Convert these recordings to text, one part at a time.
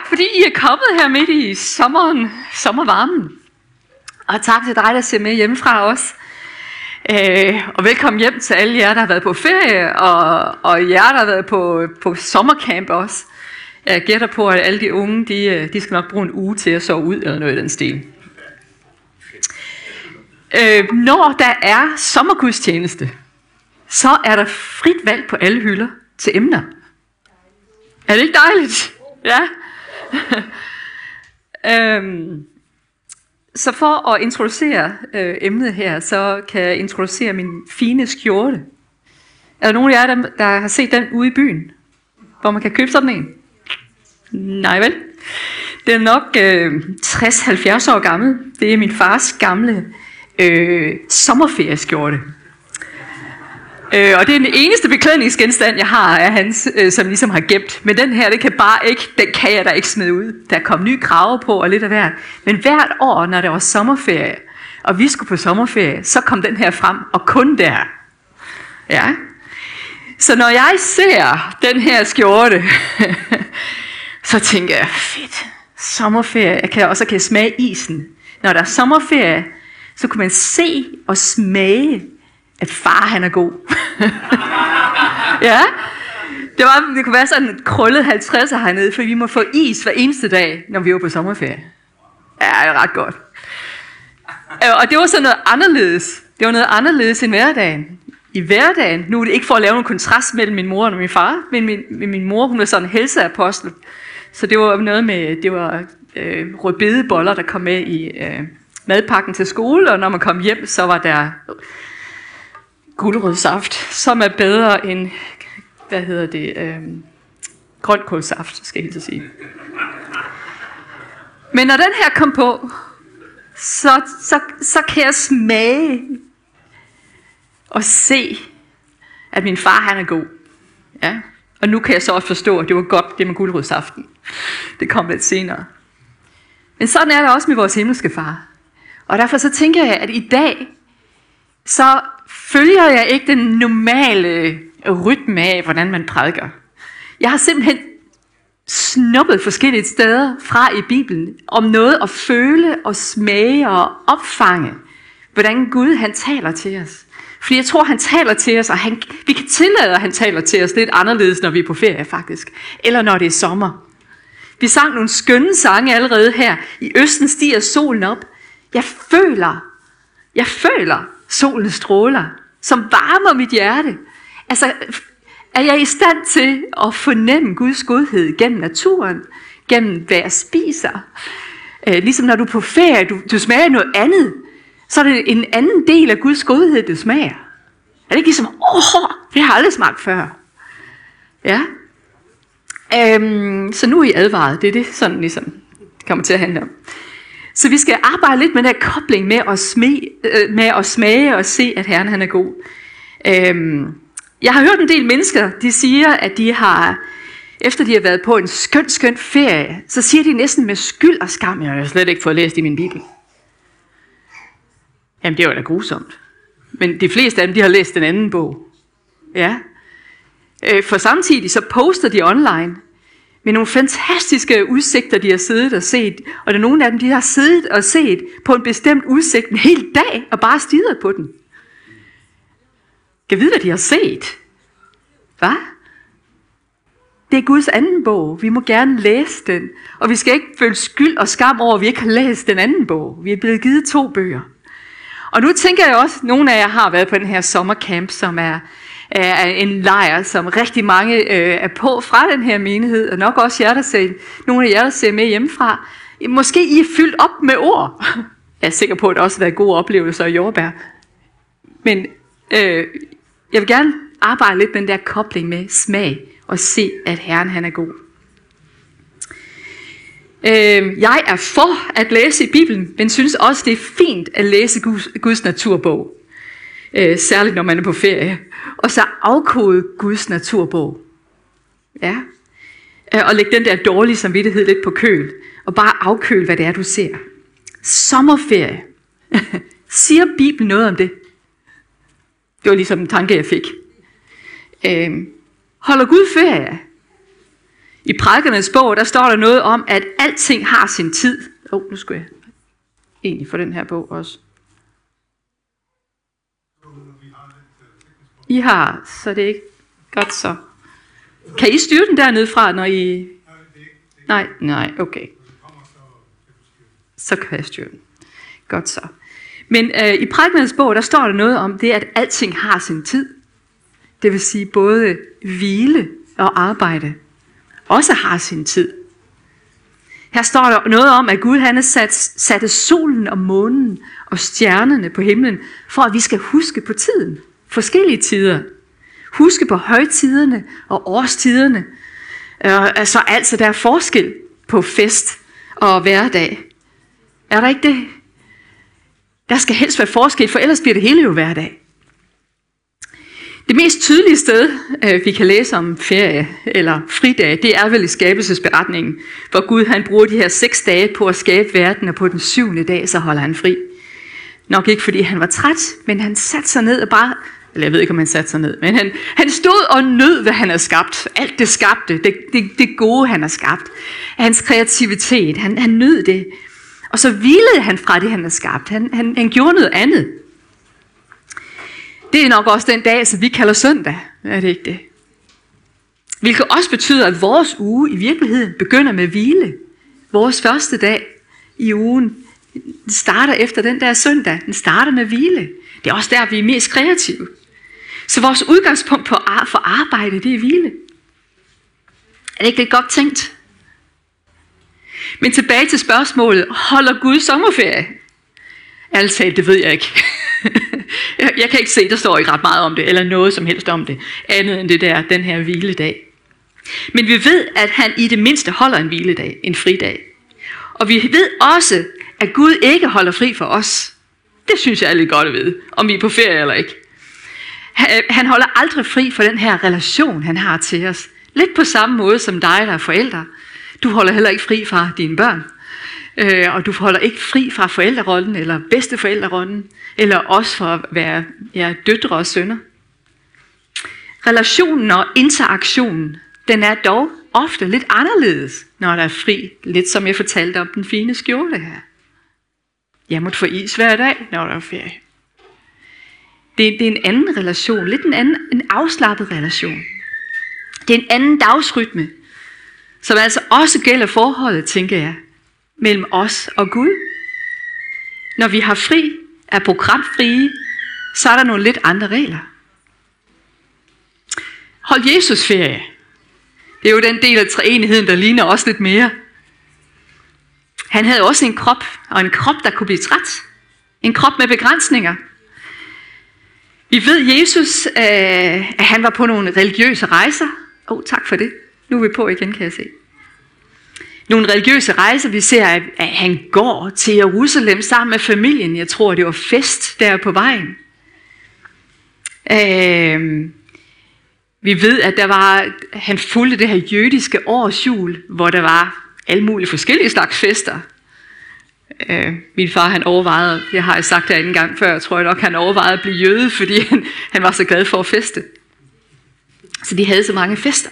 Tak fordi I er kommet her midt i sommervarmen. Og tak til dig, der ser med hjemmefra også. Og velkommen hjem til alle jer, der har været på ferie, og jer, der har været på sommercamp også. Jeg gætter på, at alle de unge, de skal nok bruge en uge til at sove ud, eller noget i den stil. Når der er sommergudstjeneste, så er der frit valg på alle hylder til emner. Er det ikke dejligt? Ja. Så for at introducere emnet her, så kan jeg introducere min fine skjorte. Er der nogen af jer, der har set den ude i byen, hvor man kan købe sådan en? Nej vel? Den er nok 60-70 år gammel. Det er min fars gamle sommerferieskjorte. Og det er den eneste beklædningsgenstand, jeg har af hans, som ligesom har gemt. Men den her, den kan jeg da ikke smide ud. Der kom nye kraver på og lidt af hvert. Men hvert år, når der var sommerferie, og vi skulle på sommerferie, så kom den her frem, og kun der. Ja. Så når jeg ser den her skjorte, så tænker jeg, fedt, sommerferie. Og så kan jeg smage isen. Når der er sommerferie, så kunne man se og smage, at far han er god. Ja, det kunne være sådan et krøllet 50'er hernede, for vi må få is hver eneste dag, når vi er på sommerferie. Ja, det er ret godt. Og det var sådan noget anderledes. Det var noget anderledes end hverdagen. I hverdagen, nu er det ikke for at lave en kontrast mellem min mor og min far, men min mor, hun var sådan en helseapostel. Så det var noget med, det var rødbedeboller, der kom med i madpakken til skole, og når man kom hjem, så var der gulerødsaft, som er bedre end, grønkålsaft, skal jeg helt sige. Men når den her kom på, så kan jeg smage og se, at min far han er god. Ja? Og nu kan jeg så også forstå, at det var godt det med gulerødsaften. Det kom lidt senere. Men sådan er det også med vores himmelske far. Og derfor så tænker jeg, at i dag, så følger jeg ikke den normale rytme af, hvordan man prædiker. Jeg har simpelthen snuppet forskellige steder fra i Bibelen, om noget at føle og smage og opfange, hvordan Gud han taler til os. Fordi jeg tror, han taler til os, og vi kan tillade, at han taler til os lidt anderledes, når vi er på ferie faktisk, eller når det er sommer. Vi sang nogle skønne sange allerede her. I østen stiger solen op. Jeg føler solens stråler, som varmer mit hjerte. Altså, er jeg i stand til at fornemme Guds godhed gennem naturen, gennem hvad jeg spiser? Ligesom når du er på ferie, du smager noget andet, så er det en anden del af Guds godhed, du smager. Er det ikke ligesom, det har jeg aldrig smagt før? Ja. Så nu er I advaret, det er det sådan ligesom kommer til at handle om. Så vi skal arbejde lidt med den her kobling med at smage og se, at Herren han er god. Jeg har hørt en del mennesker, de siger, at de har, efter de har været på en skøn ferie, så siger de næsten med skyld og skam, jeg har slet ikke fået læst i min bibel. Jamen det var da grusomt. Men de fleste af dem, de har læst den anden bog. Ja. For samtidig så poster de online med nogle fantastiske udsigter, de har siddet og set. Og der er nogle af dem, de har siddet og set på en bestemt udsigt en hel dag, og bare stirret på den. Kan vide, hvad de har set? Hvad? Det er Guds anden bog. Vi må gerne læse den. Og vi skal ikke føle skyld og skam over, at vi ikke har læst den anden bog. Vi er blevet givet 2 bøger. Og nu tænker jeg også, at nogle af jer har været på den her sommercamp, som er en lejr, som rigtig mange er på fra den her menighed, og nok også nogle af jer, der ser med hjemmefra. Måske I er fyldt op med ord. Jeg er sikker på, at det også har været gode oplevelser i Jordbær. Men jeg vil gerne arbejde lidt med den der kobling med smag, og se, at Herren han er god. Jeg er for at læse i Bibelen, men synes også, det er fint at læse Guds naturbog. Særligt når man er på ferie. Og så afkode Guds naturbog. Ja. Og lægge den der dårlige samvittighed lidt på køl. Og bare afkøle, hvad det er, du ser. Sommerferie. Siger Bibelen noget om det? Det var ligesom en tanke, jeg fik. Holder Gud ferie? I Prædikernes bog, der står der noget om, at alting har sin tid. Nu skulle jeg egentlig få den her bog også. I har, så det er ikke godt så. Kan I styre den dernede fra, når I... Nej, okay. Så kan jeg styre den. Godt så. Men i Prædikernes bog, der står der noget om det, at alting har sin tid. Det vil sige både hvile og arbejde også har sin tid. Her står der noget om, at Gud han har satte solen og månen og stjernerne på himlen, for at vi skal huske på tiden. Forskellige tider. Huske på højtiderne og årstiderne. Altså der er forskel på fest og hverdag. Er der ikke det? Der skal helst være forskel, for ellers bliver det hele jo hverdag. Det mest tydelige sted, vi kan læse om ferie eller fridag, det er vel i skabelsesberetningen, hvor Gud han bruger de her 6 dage på at skabe verden, og på den 7. dag, så holder han fri. Nok ikke fordi han var træt, men han satte sig ned og bare, eller jeg ved ikke om han satte sig ned, men han stod og nød, hvad han havde skabt. Alt det skabte, det gode han har skabt. Hans kreativitet, han nød det. Og så hvilede han fra det, han havde skabt. Han gjorde noget andet. Det er nok også den dag, som vi kalder søndag. Er det ikke det? Hvilket også betyder, at vores uge i virkeligheden begynder med hvile. Vores første dag i ugen starter efter den der søndag. Den starter med hvile. Det er også der, vi er mest kreative. Så vores udgangspunkt for arbejde, det er hvile. Er det ikke lidt godt tænkt? Men tilbage til spørgsmålet, holder Gud sommerferie? Ærligt talt, det ved jeg ikke. Jeg kan ikke se, der står ikke ret meget om det, eller noget som helst om det, andet end det der, den her hviledag. Men vi ved, at han i det mindste holder en hviledag, en fridag. Og vi ved også, at Gud ikke holder fri for os. Det synes jeg er lidt godt at vide, om vi er på ferie eller ikke. Han holder aldrig fri for den her relation, han har til os. Lidt på samme måde som dig, der er forældre. Du holder heller ikke fri fra dine børn. Og du holder ikke fri fra forældrerollen, eller bedsteforældrerollen, eller også for at være døtre og sønner. Relationen og interaktionen, den er dog ofte lidt anderledes, når der er fri. Lidt som jeg fortalte om den fine skjorte her. Jeg måtte få is hver dag, når der er ferie. Det er en anden relation, lidt en afslappet relation. Det er en anden dagsrytme, som altså også gælder forholdet, tænker jeg, mellem os og Gud. Når vi har fri, er programfrie, så er der nogle lidt andre regler. Hold Jesus ferie. Det er jo den del af treenigheden, der ligner os lidt mere. Han havde også en krop, og en krop, der kunne blive træt. En krop med begrænsninger. Vi ved Jesus, at han var på nogle religiøse rejser. Tak for det. Nu er vi på igen, kan jeg se. Nogle religiøse rejser, vi ser, at han går til Jerusalem sammen med familien. Jeg tror, det var fest der på vejen. Vi ved, at han fulgte det her jødiske årsjul, hvor der var alle mulige forskellige slags fester. Min far, han overvejede, det har jeg sagt her en gang før, tror jeg nok, han overvejede at blive jøde, fordi han var så glad for at feste. Så de havde så mange fester.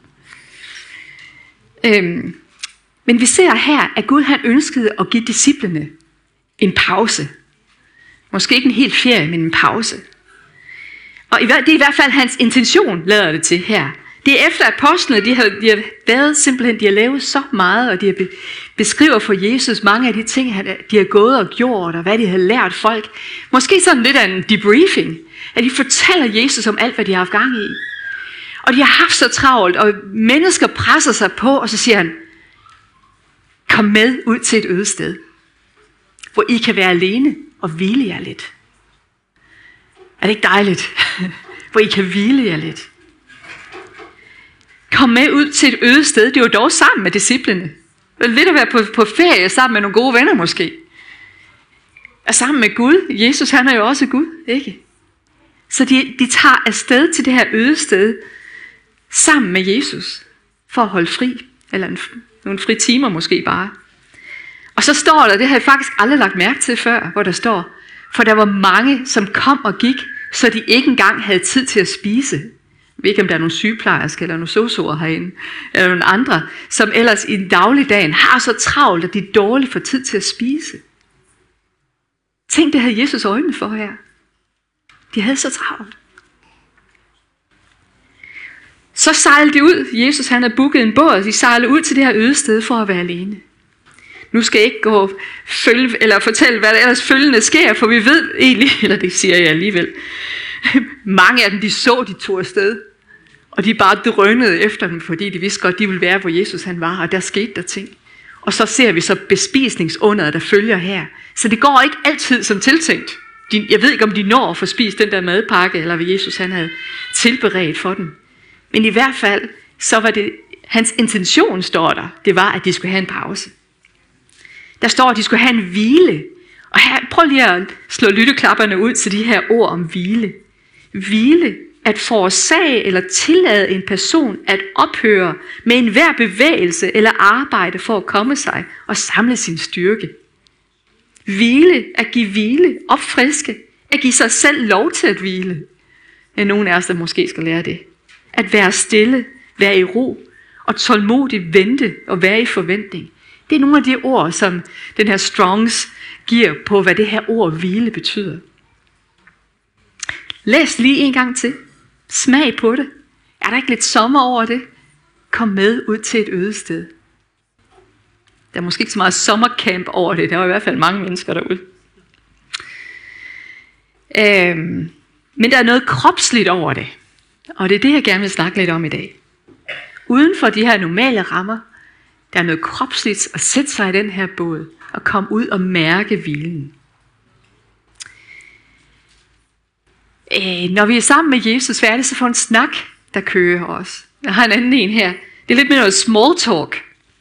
Men vi ser her, at Gud han ønskede at give disciplene en pause. Måske ikke en helt ferie, men en pause. Og det er i hvert fald hans intention, lader det til her. Det er efter apostlene, de har lavet så meget, og de beskriver for Jesus mange af de ting, de har gået og gjort, og hvad de har lært folk. Måske sådan lidt af en debriefing, at de fortæller Jesus om alt, hvad de har haft gang i. Og de har haft så travlt, og mennesker presser sig på, og så siger han, kom med ud til et øde sted, hvor I kan være alene og hvile jer lidt. Er det ikke dejligt? Hvor I kan hvile jer lidt. Kom med ud til et øde sted. Det er jo dog sammen med disciplene. Det er lidt at være på ferie sammen med nogle gode venner måske. Og sammen med Gud. Jesus han er jo også Gud, ikke? Så de tager afsted til det her øde sted sammen med Jesus for at holde fri. Eller nogle fri timer måske bare. Og så står der, det har jeg faktisk aldrig lagt mærke til før, hvor der står, for der var mange, som kom og gik, så de ikke engang havde tid til at spise. Jeg ved ikke, om der er nogle sygeplejersker eller nogle sosuer herinde, eller nogle andre, som ellers i dagligdagen har så travlt, at de dårligt får tid til at spise. Tænk, det havde Jesus øjnene for her. De havde så travlt. Så sejlede de ud. Jesus han havde booket en båd, og de sejlede ud til det her øde sted for at være alene. Nu skal jeg ikke gå og fortælle, hvad der ellers følgende sker, for vi ved egentlig, eller det siger jeg alligevel, mange af dem, de tog afsted, og de bare drønede efter dem, fordi de vidste godt, de ville være, hvor Jesus han var, og der skete der ting. Og så ser vi så bespisningsunderet, der følger her. Så det går ikke altid som tiltænkt. Jeg ved ikke, om de når at få spist den der madpakke, eller hvad Jesus han havde tilberedt for dem. Men i hvert fald, så var det, hans intention står der, det var, at de skulle have en pause. Der står, at de skulle have en hvile. Og her, prøv lige at slå lytteklapperne ud til de her ord om hvile. Hvile, at forårsage eller tillade en person at ophøre med enhver bevægelse eller arbejde for at komme sig og samle sin styrke. Hvile, at give hvile, opfriske, at give sig selv lov til at hvile. Ja, nogen af os, der måske skal lære det. At være stille, være i ro og tålmodigt vente og være i forventning. Det er nogle af de ord, som den her Strongs giver på, hvad det her ord hvile betyder. Læs lige en gang til. Smag på det. Er der ikke lidt sommer over det? Kom med ud til et øde sted. Der er måske ikke så meget sommercamp over det. Der var i hvert fald mange mennesker derude. Men der er noget kropsligt over det. Og det er det, jeg gerne vil snakke lidt om i dag. Uden for de her normale rammer, der er noget kropsligt at sætte sig i den her båd og komme ud og mærke hvilen. Når vi er sammen med Jesus, hvad er det så for en snak, der kører os? Jeg har en anden en her. Det er lidt mere noget small talk.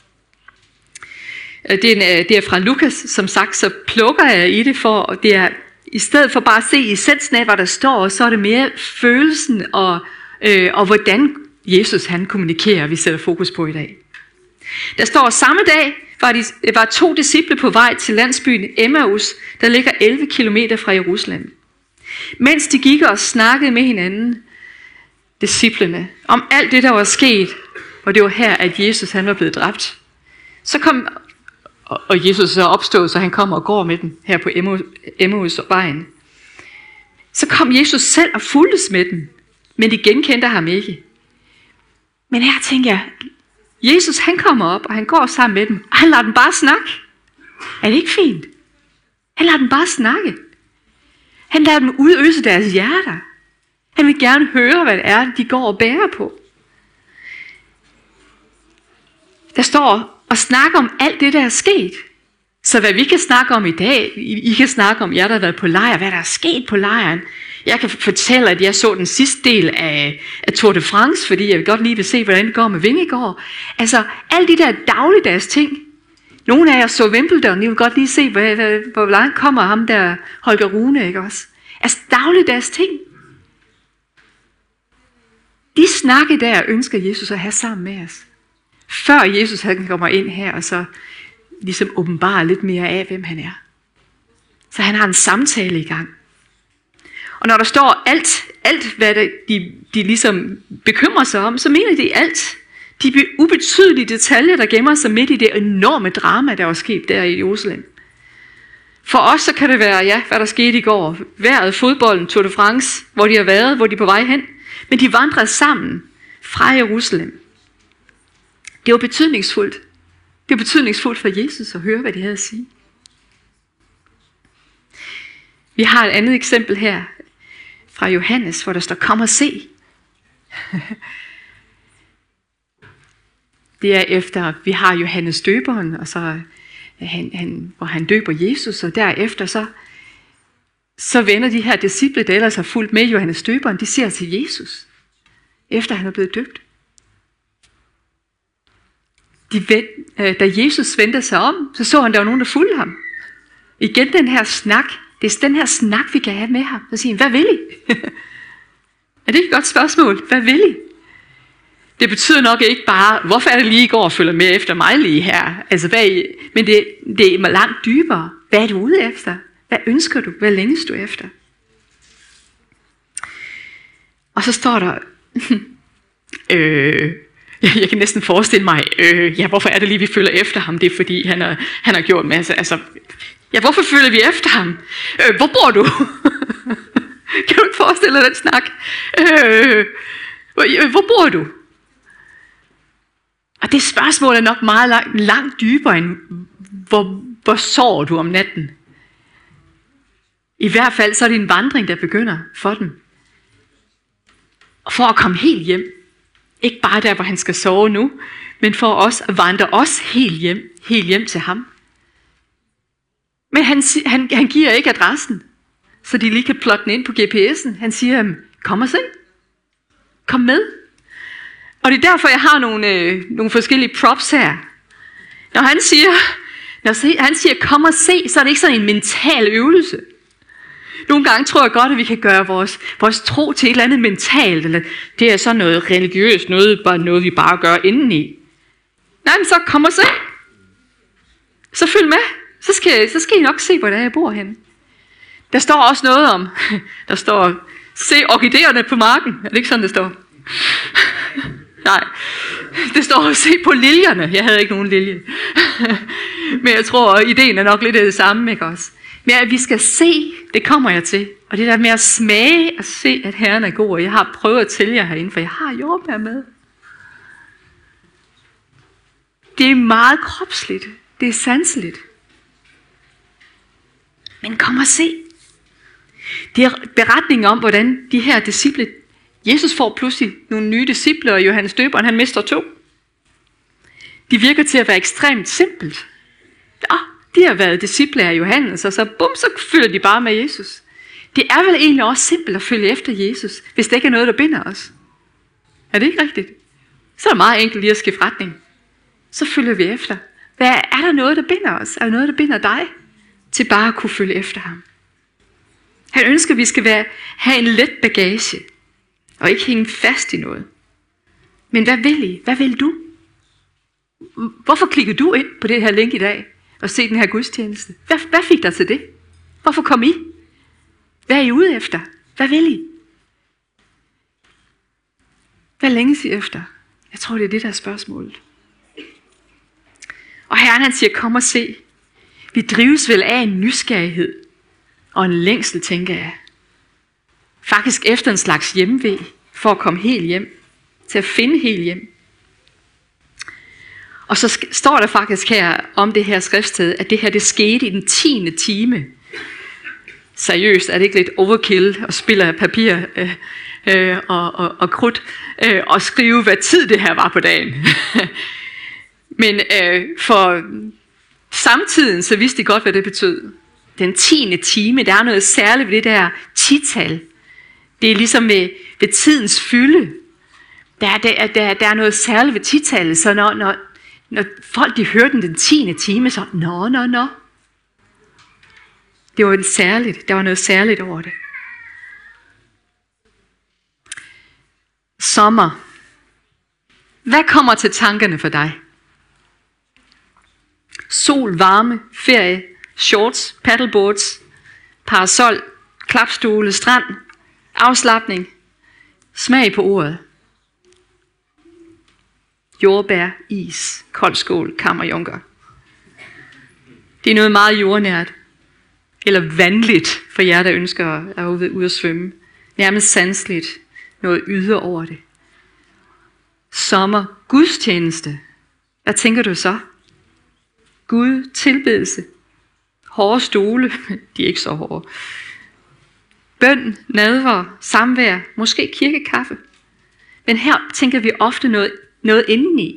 Det er fra Lukas, som sagt, så plukker jeg i det for, og det er i stedet for bare at se essensen af, hvad der står, så er det mere følelsen og hvordan Jesus han kommunikerer, vi sætter fokus på i dag. Der står, samme dag var 2 disciple på vej til landsbyen Emmaus, der ligger 11 kilometer fra Jerusalem. Mens de gik og snakkede med hinanden, disciplene, om alt det, der var sket, og det var her, at Jesus han var blevet dræbt. Så kom, og Jesus er opstået, så han kommer og går med dem her på Emmaus-vejen. Så kom Jesus selv og fulgtes med dem, men de genkendte ham ikke. Men her tænker jeg, Jesus han kommer op, og han går sammen med dem, og han lader dem bare snakke. Er det ikke fint? Han lader dem bare snakke. Han lader dem udøse deres hjerter. Han vil gerne høre, hvad det er, de går og bærer på. Der står og snakker om alt det, der er sket. Så hvad vi kan snakke om i dag, I kan snakke om jer, der har været på lejr, hvad der er sket på lejren. Jeg kan fortælle, at jeg så den sidste del af Tour de France, fordi jeg godt lige vil se, hvordan det går med Vingegaard. Altså, alle de der dagligdags ting. Nogle af jer så Wimbledon, I vil godt lige se, hvor langt kommer ham der Holger Rune, ikke også? Altså, dagligdags ting. De snakke der ønsker Jesus at have sammen med os. Før Jesus han kommer ind her, og så ligesom åbenbarer lidt mere af, hvem han er. Så han har en samtale i gang. Og når der står alt hvad de ligesom bekymrer sig om, så mener de alt. De ubetydelige detaljer, der gemmer sig midt i det enorme drama, der var sket der i Jerusalem. For os så kan det være, ja, hvad der skete i går. Vejret, fodbolden, Tour de France, hvor de har været, hvor de er på vej hen. Men de vandrede sammen fra Jerusalem. Det var betydningsfuldt. Det var betydningsfuldt for Jesus at høre, hvad de havde at sige. Vi har et andet eksempel her fra Johannes, hvor der står, kom og se. Det er efter, vi har Johannes døberen, og så hvor han døber Jesus, og derefter så vender de her disciple, der ellers har fulgt med Johannes døberen, de ser til Jesus, efter han er blevet døbt. Da Jesus vendte sig om, så han, der var nogen, der fulgte ham. Igen den her snak. Det er den her snak, vi kan have med ham. Så siger han, hvad vil I? Er det ikke et godt spørgsmål? Hvad vil I? Det betyder nok ikke bare, hvorfor er det lige i går og følger med efter mig lige her? Altså, men det er langt dybere. Hvad er du ude efter? Hvad ønsker du? Hvad længes du efter? Og så står der, Jeg kan næsten forestille mig, hvorfor er det lige, vi følger efter ham? Det er fordi, han har gjort en masse. Altså, hvorfor følger vi efter ham? Hvor bor du? Kan du ikke forestille dig den snak? Hvor bor du? Og det spørgsmål er nok meget langt dybere end, hvor sover du om natten? I hvert fald så er det en vandring, der begynder for dem. Og for at komme helt hjem. Ikke bare der, hvor han skal sove nu, men for os at vandre os helt hjem til ham. Men han giver ikke adressen, så de lige kan plotte den ind på GPS'en. Han siger, kom og se. Kom med. Og det er derfor, jeg har nogle forskellige props her. Når han siger, kom og se, så er det ikke sådan en mental øvelse. Nogle gange tror jeg godt, at vi kan gøre vores tro til et eller andet mentalt, eller det er sådan noget religiøst, noget vi bare gør indeni. Nej, men så kom og se. Så følg med. Så skal I nok se, hvor der jeg bor henne. Der står også noget om, der står, se orkidéerne på marken. Er det ikke sådan, det står? Nej, det står, se på liljerne. Jeg havde ikke nogen lilje. Men jeg tror, at ideen er nok lidt det samme, ikke også? Men at vi skal se, det kommer jeg til. Og det der med at smage og se, at Herren er god. Og jeg har prøvet at tælle jer herinde, for jeg har jordbær med. Det er meget kropsligt. Det er sanseligt. Men kom og se. Det er beretningen om, hvordan de her disciple, Jesus får pludselig nogle nye disciple, og Johannes Døberen, han mister 2. De virker til at være ekstremt simpelt. Ja, de har været disciple af Johannes, og så følger de bare med Jesus. Det er vel egentlig også simpelt at følge efter Jesus, hvis det ikke er noget, der binder os. Er det ikke rigtigt? Så er det meget enkelt lige at skifte retning. Så følger vi efter. Er der noget, der binder os? Er der noget, der binder dig til bare at kunne følge efter ham? Han ønsker, at vi skal have en let bagage, og ikke hænge fast i noget. Men hvad vil I? Hvad vil du? Hvorfor klikkede du ind på det her link i dag, og se den her gudstjeneste? Hvad fik dig til det? Hvorfor kom I? Hvad er I ude efter? Hvad vil I? Hvad længes I efter? Jeg tror, det er det, der er spørgsmålet. Og Herren han siger, kom og se. Vi drives vel af en nysgerrighed og en længsel, tænker jeg. Faktisk efter en slags hjemvej, for at komme helt hjem. Til at finde helt hjem. Og så står der faktisk her om det her skriftsted, at det her det skete i den 10. time. Seriøst, er det ikke lidt overkill at spille af papir og krudt og skrive, hvad tid det her var på dagen. Men for samtiden, så vidste de godt, hvad det betød. Den 10. time, der er noget særligt ved det der 10-tal. Det er ligesom ved tidens fylde. Der er noget særligt ved 10-tallet, så når folk de hørte den 10. time, så nå. Det var særligt. Der var noget særligt over det. Sommer. Hvad kommer til tankerne for dig? Sol, varme, ferie, shorts, paddleboards, parasol, klapstole, strand, afslapning, smag på ordet. Jordbær, is, kold skål, kammerjunker. Det er noget meget jordnært. Eller vandligt for jer, der ønsker at være ude at svømme. Nærmest sanseligt. Noget ydre over det. Sommer, gudstjeneste. Hvad tænker du så? Gud, tilbedelse. Hårde stole. De er ikke så hårde. Bøn, nadver, samvær. Måske kirkekaffe. Men her tænker vi ofte noget indeni.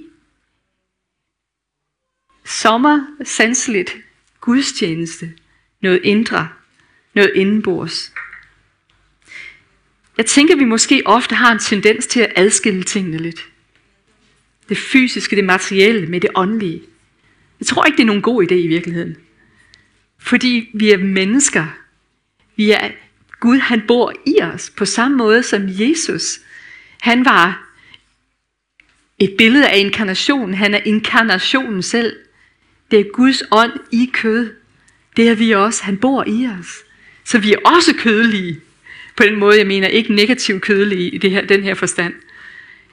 Sommer, sanseligt. Gudstjeneste. Noget indre, noget indenbords. Jeg tænker, vi måske ofte har en tendens til at adskille tingene lidt. Det fysiske, det materielle med det åndelige. Jeg tror ikke, det er nogen god idé i virkeligheden. Fordi vi er mennesker. Gud, han bor i os på samme måde som Jesus. Han var et billede af inkarnationen. Han er inkarnationen selv. Det er Guds ånd i kød. Det er vi også. Han bor i os. Så vi er også kødelige. På den måde, jeg mener ikke negativt kødelige i den her forstand.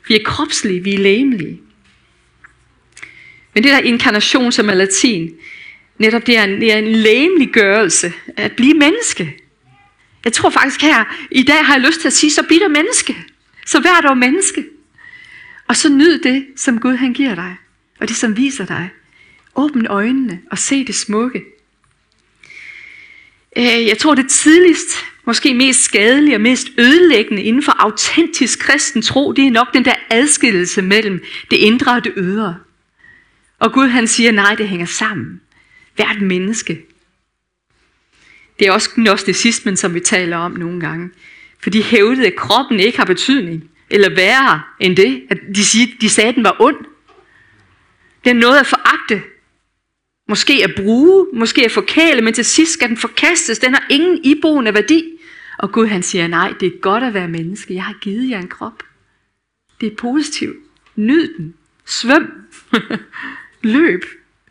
Vi er kropslige, vi er legemlige. Men det der inkarnation, som er latin, netop det er en legemliggørelse at blive menneske. Jeg tror faktisk her, i dag har jeg lyst til at sige, så bliv du menneske. Så vær dog menneske. Og så nyd det, som Gud han giver dig. Og det, som viser dig. Åbn øjnene og se det smukke. Jeg tror det tidligst, måske mest skadelige og mest ødelæggende inden for autentisk kristen tro, det er nok den der adskillelse mellem det indre og det ydre. Og Gud han siger, nej, det hænger sammen. Vær et menneske. Det er også gnosticismen, som vi taler om nogle gange. For de hævdede, at kroppen ikke har betydning. Eller værre end det, at de sagde, at den var ond. Det er noget at foragte. Måske at bruge, måske at forkæle, men til sidst skal den forkastes. Den har ingen iboende værdi. Og Gud han siger, nej, det er godt at være menneske. Jeg har givet jer en krop. Det er positivt. Nyd den. Svøm. Løb.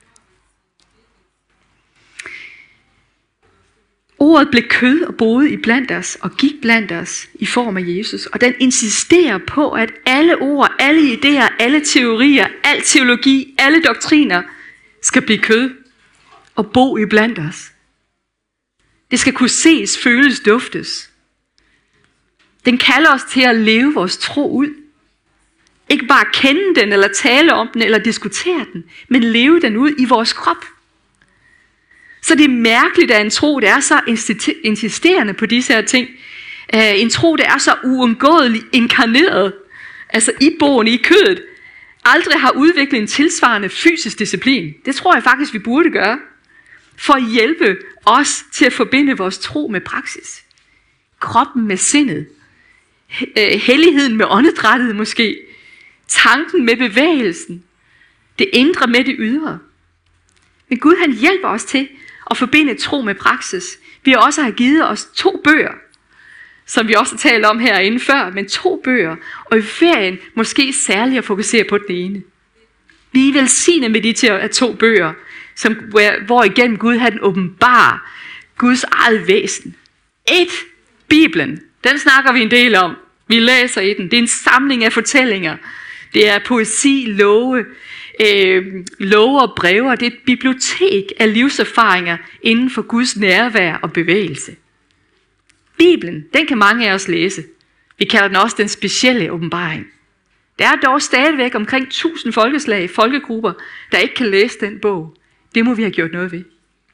Ordet blev kød og boede i blandt os, og gik blandt os i form af Jesus. Og den insisterer på, at alle ord, alle idéer, alle teorier, al teologi, alle doktriner skal blive kød og bo i blandt os. Det skal kunne ses, føles, duftes. Den kalder os til at leve vores tro ud. Ikke bare kende den, eller tale om den, eller diskutere den, men leve den ud i vores krop. Så det er mærkeligt, at en tro, der er så insisterende på disse her ting, en tro, der er så uundgåeligt inkarneret, altså iboende i kødet, aldrig har udviklet en tilsvarende fysisk disciplin. Det tror jeg faktisk, vi burde gøre, for at hjælpe os til at forbinde vores tro med praksis. Kroppen med sindet, helligheden med åndedrættet måske, tanken med bevægelsen, det indre med det ydre. Men Gud han hjælper os til at forbinde tro med praksis. Vi har også givet os 2 bøger, som vi også talte om herinde før, men 2 bøger, og i ferien måske særligt at fokusere på den ene. Vi er velsignet med de 2 bøger, hvor igennem Gud har den åbenbare Guds eget væsen. 1. Bibelen, den snakker vi en del om. Vi læser i den. Det er en samling af fortællinger. Det er poesi, love og breve. Det er et bibliotek af livserfaringer inden for Guds nærvær og bevægelse. Bibelen, den kan mange af os læse. Vi kalder den også den specielle åbenbaring. Der er dog stadigvæk omkring 1000 folkegrupper, der ikke kan læse den bog. Det må vi have gjort noget ved.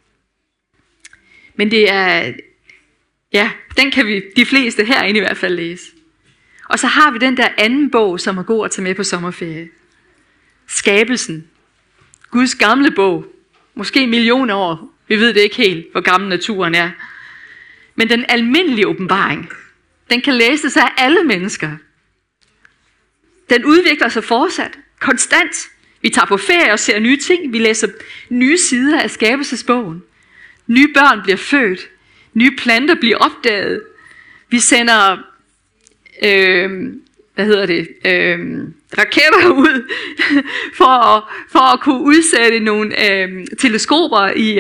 Men det er, den kan vi de fleste herinde i hvert fald læse. Og så har vi den der anden bog, som er god at tage med på sommerferie. Skabelsen. Guds gamle bog. Måske millioner år. Vi ved det ikke helt, hvor gammel naturen er. Men den almindelige åbenbaring, den kan læses af alle mennesker. Den udvikler sig fortsat, konstant. Vi tager på ferie og ser nye ting. Vi læser nye sider af skabelsesbogen. Nye børn bliver født. Nye planter bliver opdaget. Vi sender raketter ud for at kunne udsætte nogle teleskoper i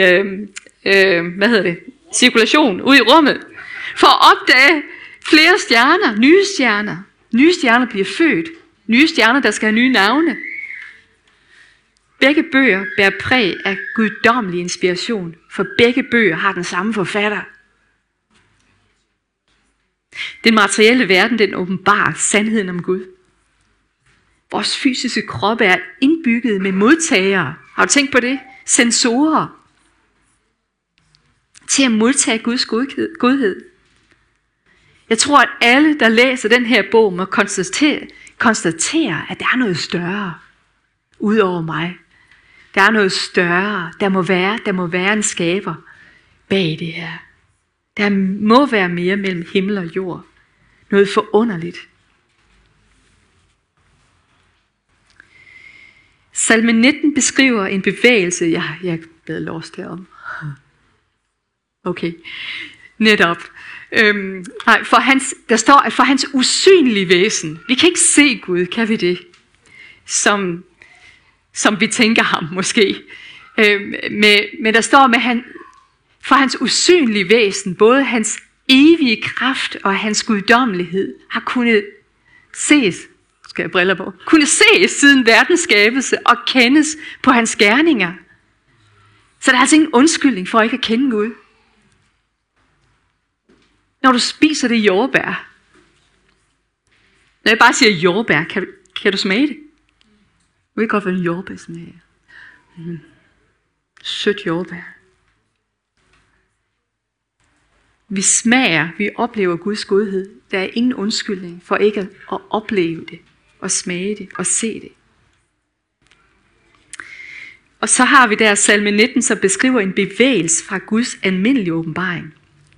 cirkulation ud i rummet. For at opdage flere stjerner, nye stjerner. Nye stjerner bliver født. Nye stjerner, der skal have nye navne. Begge bøger bærer præg af guddommelig inspiration, for begge bøger har den samme forfatter. Den materielle verden, den åbenbarer sandheden om Gud. Vores fysiske krop er indbygget med modtagere. Har du tænkt på det? Sensorer. Til at modtage Guds godhed. Jeg tror, at alle, der læser den her bog, må konstatere, at der er noget større ud over mig. Der er noget større. Der må være en skaber bag det her. Der må være mere mellem himmel og jord. Noget forunderligt. Salme 19 beskriver en bevægelse. Jeg er blevet lost herom. Okay, netop. Der står, at for hans usynlige væsen. Vi kan ikke se Gud, kan vi det? Som vi tænker ham måske. Men der står for hans usynlige væsen, både hans evige kraft og hans guddommelighed, har kunnet ses skal jeg briller på, kunne se siden verdens skabelse og kendes på hans gerninger. Så der er altså ingen undskyldning for ikke at kende Gud. Når du spiser det jordbær. Når jeg bare siger jordbær, kan du smage det? Du ved godt, hvad en jordbær smager. Sødt jordbær. Vi smager, vi oplever Guds godhed. Der er ingen undskyldning for ikke at opleve det, og smage det, og se det. Og så har vi der salme 19, som beskriver en bevægelse fra Guds almindelige åbenbaring.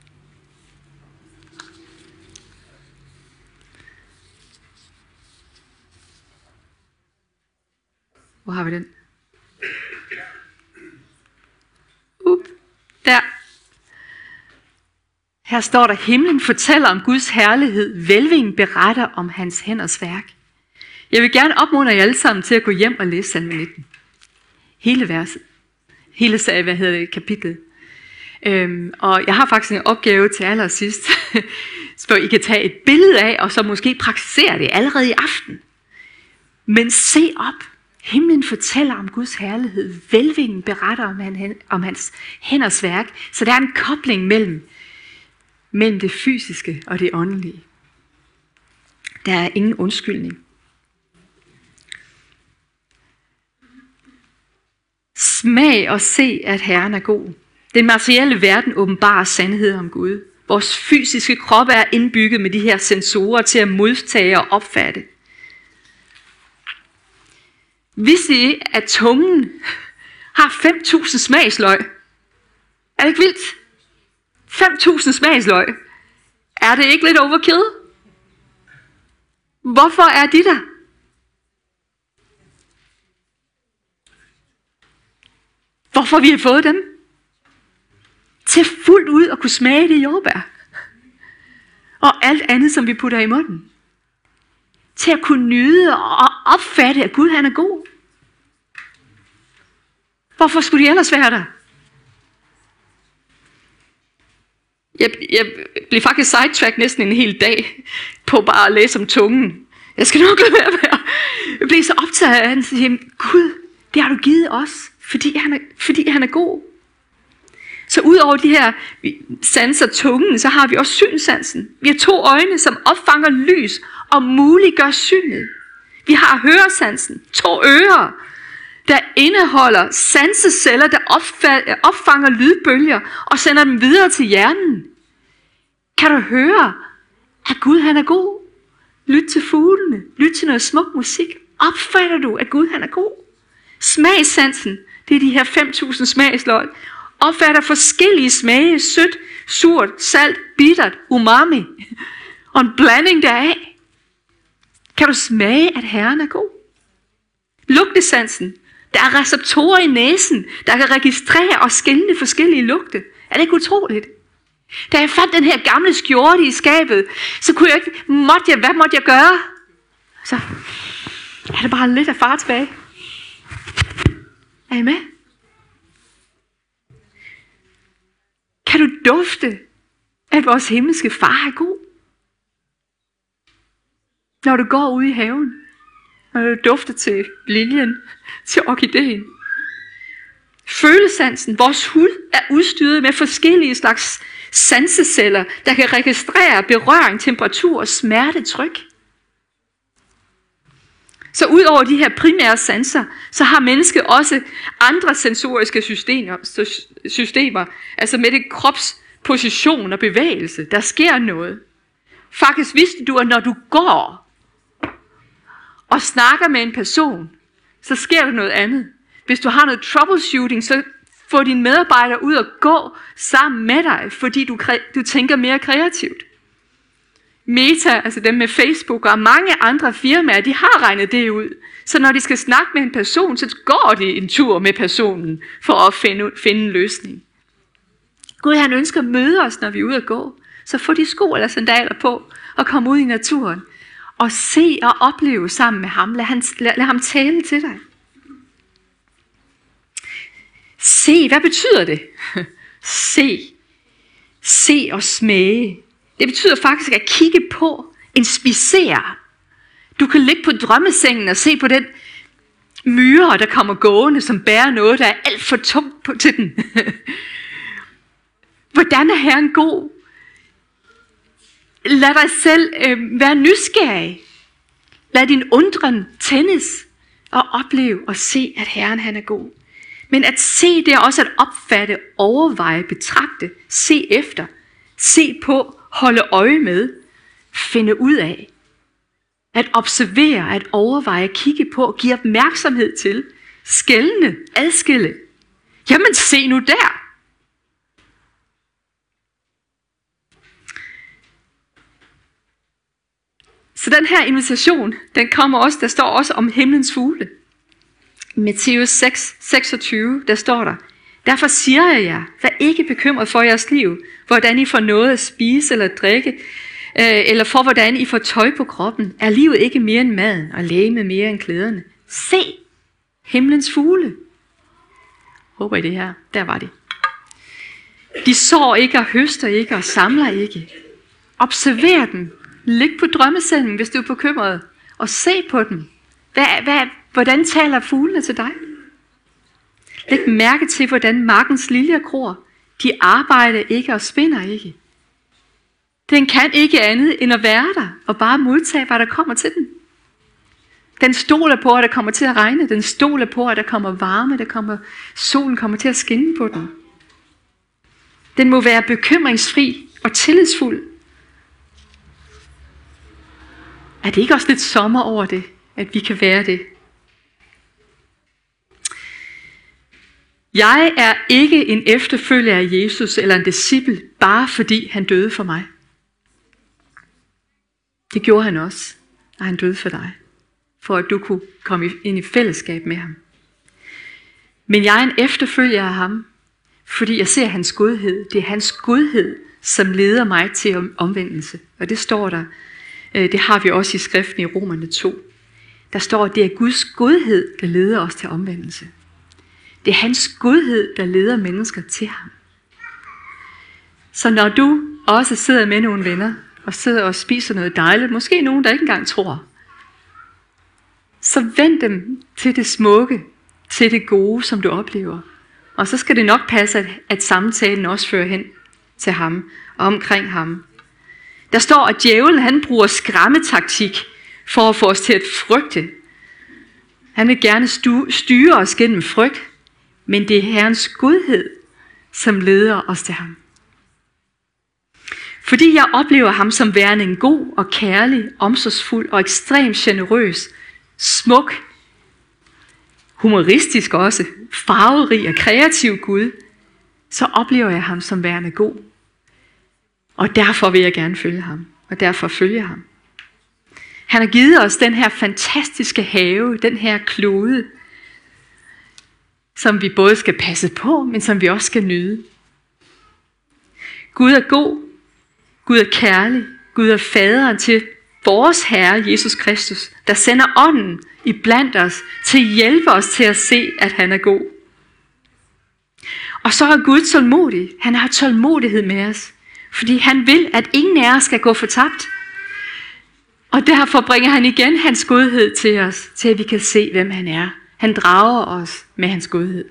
Hvor har vi den? Der. Her står der, himlen fortæller om Guds herlighed, velvingen beretter om hans hænders værk. Jeg vil gerne opmuntre jer alle sammen til at gå hjem og læse salme 19. Hele verset. Hele kapitlet. Og jeg har faktisk en opgave til allersidst, så I kan tage et billede af, og så måske praktisere det allerede i aften. Men se op. Himlen fortæller om Guds herlighed. Velvingen beretter om hans hænders værk. Så der er en kobling mellem det fysiske og det åndelige. Der er ingen undskyldning. Smag og se, at Herren er god. Den materielle verden åbenbarer sandhed om Gud. Vores fysiske krop er indbygget med de her sensorer til at modtage og opfatte. Vidste I, at tungen har 5.000 smagsløg? Er det ikke vildt? 5.000 smagsløg. Er det ikke lidt overkill? Hvorfor er de der? Hvorfor vi har fået dem? Til fuldt ud at kunne smage det jordbær. Og alt andet, som vi putter i munden. Til at kunne nyde og opfatte, at Gud han er god. Hvorfor skulle de ellers være der? Jeg blev faktisk sidetrack næsten en hel dag på bare at læse om tungen. Jeg skal nok lade være. Jeg blev så optaget af at sige, Gud, det har du givet os, fordi han er god. Så ud over de her sanser tungen, så har vi også synsansen. Vi har 2 øjne, som opfanger lys og muliggør synet. Vi har høresansen, 2 ører, der indeholder sanseceller, der opfanger lydbølger og sender dem videre til hjernen. Kan du høre, at Gud han er god? Lyt til fuglene, lyt til noget smuk musik. Opfatter du, at Gud han er god? Smagssansen, det er de her 5.000 smagsløg, opfatter forskellige smage, sødt, surt, salt, bittert, umami, og en blanding deraf. Kan du smage, at Herren er god? Lugtesansen, der er receptorer i næsen, der kan registrere og skelne forskellige lugte. Er det ikke utroligt? Da jeg fandt den her gamle skjorte i skabet, så kunne jeg ikke, hvad måtte jeg gøre? Så er det bare lidt af far tilbage. Er I med? Kan du dufte, at vores himmelske far er god? Når du går ud i haven, når du dufter til liljen, til orkideen. Følesansen, vores hud er udstyret med forskellige slags sanseceller, der kan registrere berøring, temperatur og smertetryk. Så ud over de her primære sanser, så har mennesket også andre sensoriske systemer, altså med det kropsposition og bevægelse. Der sker noget. Faktisk vidste du, at når du går og snakker med en person, så sker der noget andet. Hvis du har noget troubleshooting, så få dine medarbejdere ud og gå sammen med dig, fordi du tænker mere kreativt. Meta, altså dem med Facebook og mange andre firmaer, de har regnet det ud. Så når de skal snakke med en person, så går de en tur med personen for at finde en løsning. Gud, han ønsker at møde os, når vi er ude at gå. Så få de sko eller sandaler på og kom ud i naturen. Og se og opleve sammen med ham. Lad ham tale til dig. Se, hvad betyder det? Se og smage. Det betyder faktisk at kigge på, inspicere. Du kan ligge på drømmesengen og se på den myre, der kommer gående, som bærer noget, der er alt for tungt til den. Hvordan er Herren god? Lad dig selv være nysgerrig. Lad din undren tændes og opleve og se, at Herren han er god. Men at se, det er også at opfatte, overveje, betragte, se efter, se på, holde øje med, finde ud af. At observere, at overveje, kigge på, give opmærksomhed til, skelne, adskille. Jamen se nu der. Så den her invitation, den kommer også, der står også om himlens fugle. I Matthæus 6, 26, der står der: Derfor siger jeg jer, vær ikke bekymret for jeres liv, hvordan I får noget at spise eller drikke, eller for hvordan I får tøj på kroppen. Er livet ikke mere end maden, og legeme mere end klæderne? Se himlens fugle. Håber I det her? Der var det. De sår ikke og høster ikke og samler ikke. Observer dem. Lig på drømmesengen, hvis du er bekymret, og se på dem. Hvordan taler fuglene til dig? Læg mærke til, hvordan markens liljer gror. De arbejder ikke og spinder ikke. Den kan ikke andet end at være der, og bare modtage, hvad der kommer til den. Den stoler på, at der kommer til at regne. Den stoler på, at der kommer varme. Solen kommer til at skinne på den. Den må være bekymringsfri og tillidsfuld. Er det ikke også lidt sommer over det, at vi kan være det? Jeg er ikke en efterfølger af Jesus eller en disciple, bare fordi han døde for mig. Det gjorde han også, og han døde for dig, for at du kunne komme ind i fællesskab med ham. Men jeg er en efterfølger af ham, fordi jeg ser hans godhed. Det er hans godhed, som leder mig til omvendelse. Og det står der. Det har vi også i skriften i Romerne 2. Der står, at det er Guds godhed, der leder os til omvendelse. Det er hans godhed, der leder mennesker til ham. Så når du også sidder med nogle venner, og sidder og spiser noget dejligt, måske nogen, der ikke engang tror, så vend dem til det smukke, til det gode, som du oplever. Og så skal det nok passe, at samtalen også fører hen til ham og omkring ham. Der står, at djævlen han bruger skræmmetaktik for at få os til at frygte. Han vil gerne styre os gennem frygt, men det er Herrens godhed, som leder os til ham. Fordi jeg oplever ham som værende en god og kærlig, omsorgsfuld og ekstremt generøs, smuk, humoristisk også, farverig og kreativ Gud, så oplever jeg ham som værende god. Og derfor vil jeg gerne følge ham, og derfor følger ham. Han har givet os den her fantastiske have, den her klode, som vi både skal passe på, men som vi også skal nyde. Gud er god, Gud er kærlig, Gud er faderen til vores Herre Jesus Kristus, der sender ånden i blandt os til at hjælpe os til at se, at han er god. Og så er Gud tålmodig. Han har tålmodighed med os, fordi han vil, at ingen af os skal gå fortabt. Og derfor bringer han igen hans godhed til os, til at vi kan se, hvem han er. Han drager os med hans godhed.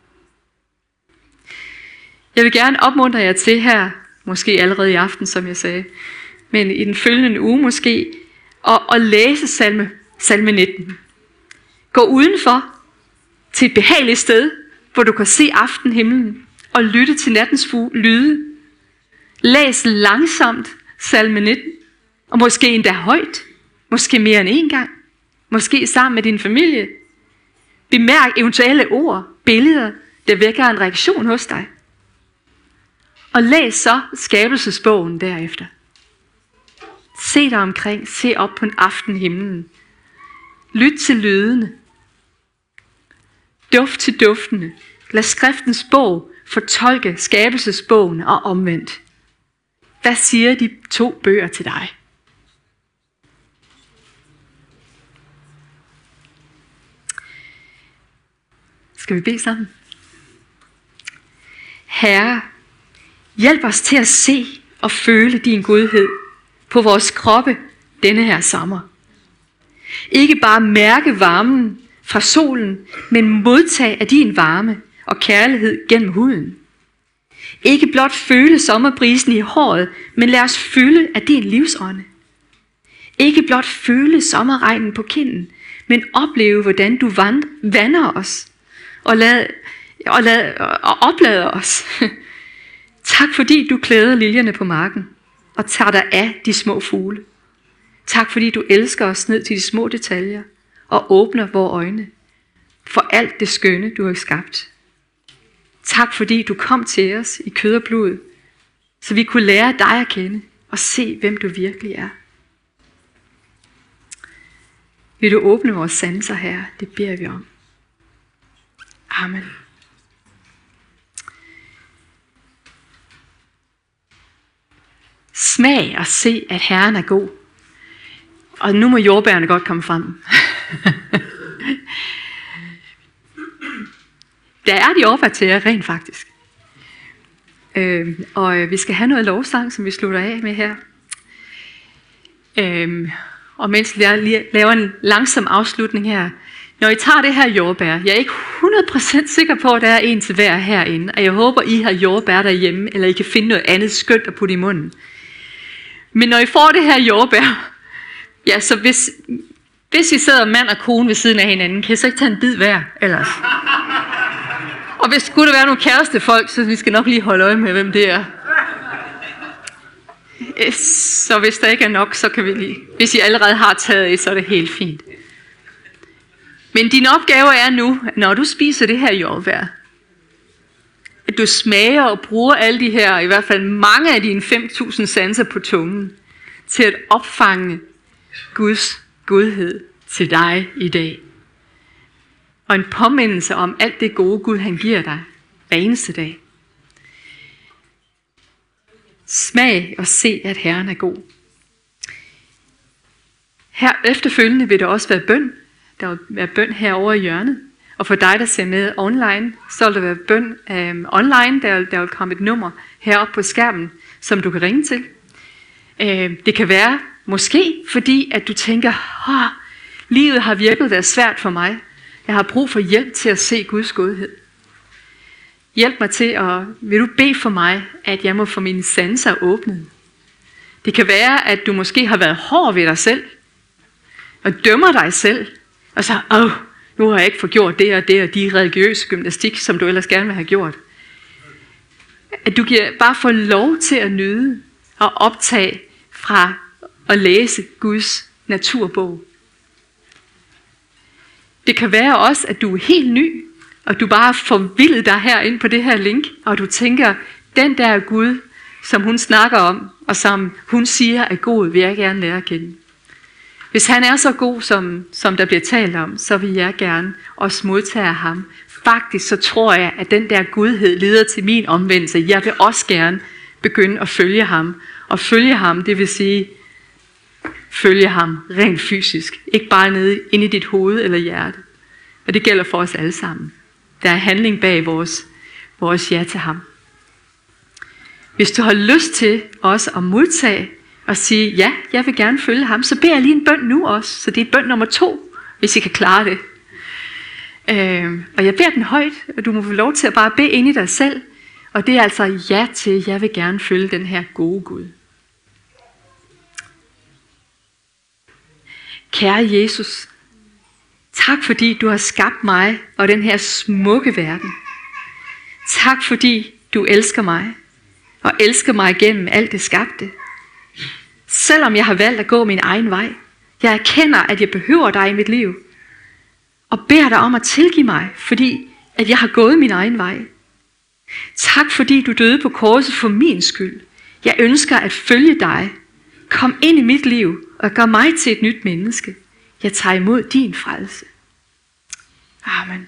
Jeg vil gerne opmuntre jer til her, måske allerede i aften, som jeg sagde, men i den følgende uge måske, at læse salme 19. Gå udenfor til et behageligt sted, hvor du kan se aftenhimlen og lytte til nattens lyde. Læs langsomt salme 19, og måske endda højt, måske mere end en gang, måske sammen med din familie. Bemærk eventuelle ord, billeder, der vækker en reaktion hos dig. Og læs så skabelsesbogen derefter. Se dig omkring, se op på en aftenhimlen. Lyt til lydene. Duft til duftene. Lad skriftens bog fortolke skabelsesbogen og omvendt. Hvad siger de 2 bøger til dig? Skal vi bede sammen? Herre, hjælp os til at se og føle din godhed på vores kroppe denne her sommer. Ikke bare mærke varmen fra solen, men modtage af din varme og kærlighed gennem huden. Ikke blot føle sommerbrisen i håret, men lad os føle af din livsånde. Ikke blot føle sommerregnen på kinden, men opleve, hvordan du vander os og oplader os. Tak fordi du klæder liljerne på marken og tager dig af de små fugle. Tak fordi du elsker os ned til de små detaljer og åbner vores øjne for alt det skønne, du har skabt. Tak fordi du kom til os i kød og blod, så vi kunne lære dig at kende og se, hvem du virkelig er. Vil du åbne vores sanser, Herre? Det beder vi om. Amen. Smag og se, at Herren er god. Og nu må jordbærene godt komme frem. Der er de jordbær til jer, rent faktisk. Og vi skal have noget lovsang, som vi slutter af med her. Og mens jeg lige laver en langsom afslutning her. Når I tager det her jordbær, jeg er ikke 100% sikker på, at der er en til hver herinde. Og jeg håber, I har jordbær derhjemme, eller I kan finde noget andet skønt at putte i munden. Men når I får det her jordbær, ja, så hvis I sidder mand og kone ved siden af hinanden, kan I så ikke tage en bid hver ellers? Og hvis skulle der være nogle kærestefolk, så vi skal nok lige holde øje med, hvem det er. Så hvis der ikke er nok, så kan vi lige. Hvis I allerede har taget et, så er det helt fint. Men din opgave er nu, når du spiser det her jordbær, at du smager og bruger alle de her, i hvert fald mange af dine 5.000 sanser på tungen, til at opfange Guds godhed til dig i dag. Og en påmindelse om alt det gode Gud, han giver dig hver eneste dag. Smag og se, at Herren er god. Her efterfølgende vil der også være bøn. Der vil være bøn herovre i hjørnet. Og for dig, der ser med online, så vil der være bøn online. Der vil komme et nummer heroppe på skærmen, som du kan ringe til. Det kan være måske, fordi at du tænker, livet har virkelig været svært for mig. Jeg har brug for hjælp til at se Guds godhed. Hjælp mig til, vil du bede for mig, at jeg må få mine sanser åbnet. Det kan være, at du måske har været hård ved dig selv, og dømmer dig selv, og så, nu har jeg ikke fået gjort det og det, og de religiøse gymnastik, som du ellers gerne vil have gjort. At du bare får lov til at nyde og optage fra at læse Guds naturbog. Det kan være også, at du er helt ny, og du bare har forvildet dig herinde på det her link, og du tænker, den der Gud, som hun snakker om, og som hun siger er god, vil jeg gerne lære at kende. Hvis han er så god, som der bliver talt om, så vil jeg gerne også modtage ham. Faktisk så tror jeg, at den der godhed leder til min omvendelse. Jeg vil også gerne begynde at følge ham. Og følge ham, det vil sige, følge ham rent fysisk. Ikke bare nede inde i dit hoved eller hjerte. Og det gælder for os alle sammen. Der er handling bag vores ja til ham. Hvis du har lyst til også at modtage og sige, ja, jeg vil gerne følge ham, så beder jeg lige en bøn nu også. Så det er bøn nummer 2, hvis I kan klare det. Og jeg beder den højt, og du må få lov til at bare bede ind i dig selv. Og det er altså ja til, jeg vil gerne følge den her gode Gud. Kære Jesus, tak fordi du har skabt mig og den her smukke verden. Tak fordi du elsker mig og elsker mig gennem alt det skabte. Selvom jeg har valgt at gå min egen vej, jeg erkender, at jeg behøver dig i mit liv og beder dig om at tilgive mig, fordi at jeg har gået min egen vej. Tak fordi du døde på korset for min skyld. Jeg ønsker at følge dig. Kom ind i mit liv og gør mig til et nyt menneske. Jeg tager imod din frelse. Amen.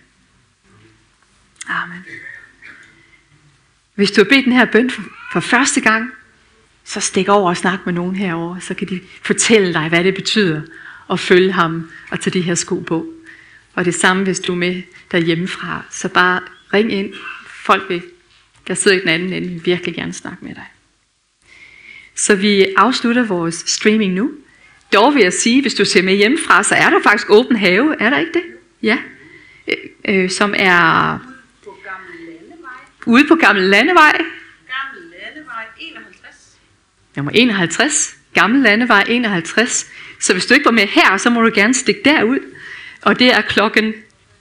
Amen. Hvis du har bedt den her bøn for første gang, så stik over og snak med nogen herovre, så kan de fortælle dig, hvad det betyder at følge ham og tage de her sko på. Og det samme, hvis du er med derhjemmefra, så bare ring ind. Folk der sidder i den anden ende, vil virkelig gerne snakke med dig. Så vi afslutter vores streaming nu. Dog vil jeg sige, hvis du ser med hjemmefra, så er der faktisk åben have. Er der ikke det? Ja. Som er ude på Gammel Landevej. Gammel Landevej 51. Nummer 51. Gammel Landevej 51. Så hvis du ikke var med her, så må du gerne stikke derud. Og det er klokken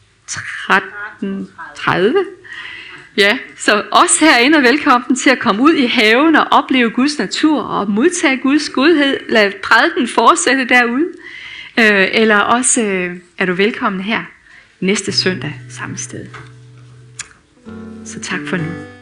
13:30. Ja, så også herinde er velkommen til at komme ud i haven og opleve Guds natur og modtage Guds godhed. Lad prædiken fortsætte derude. Eller også er du velkommen her næste søndag samme sted. Så tak for nu.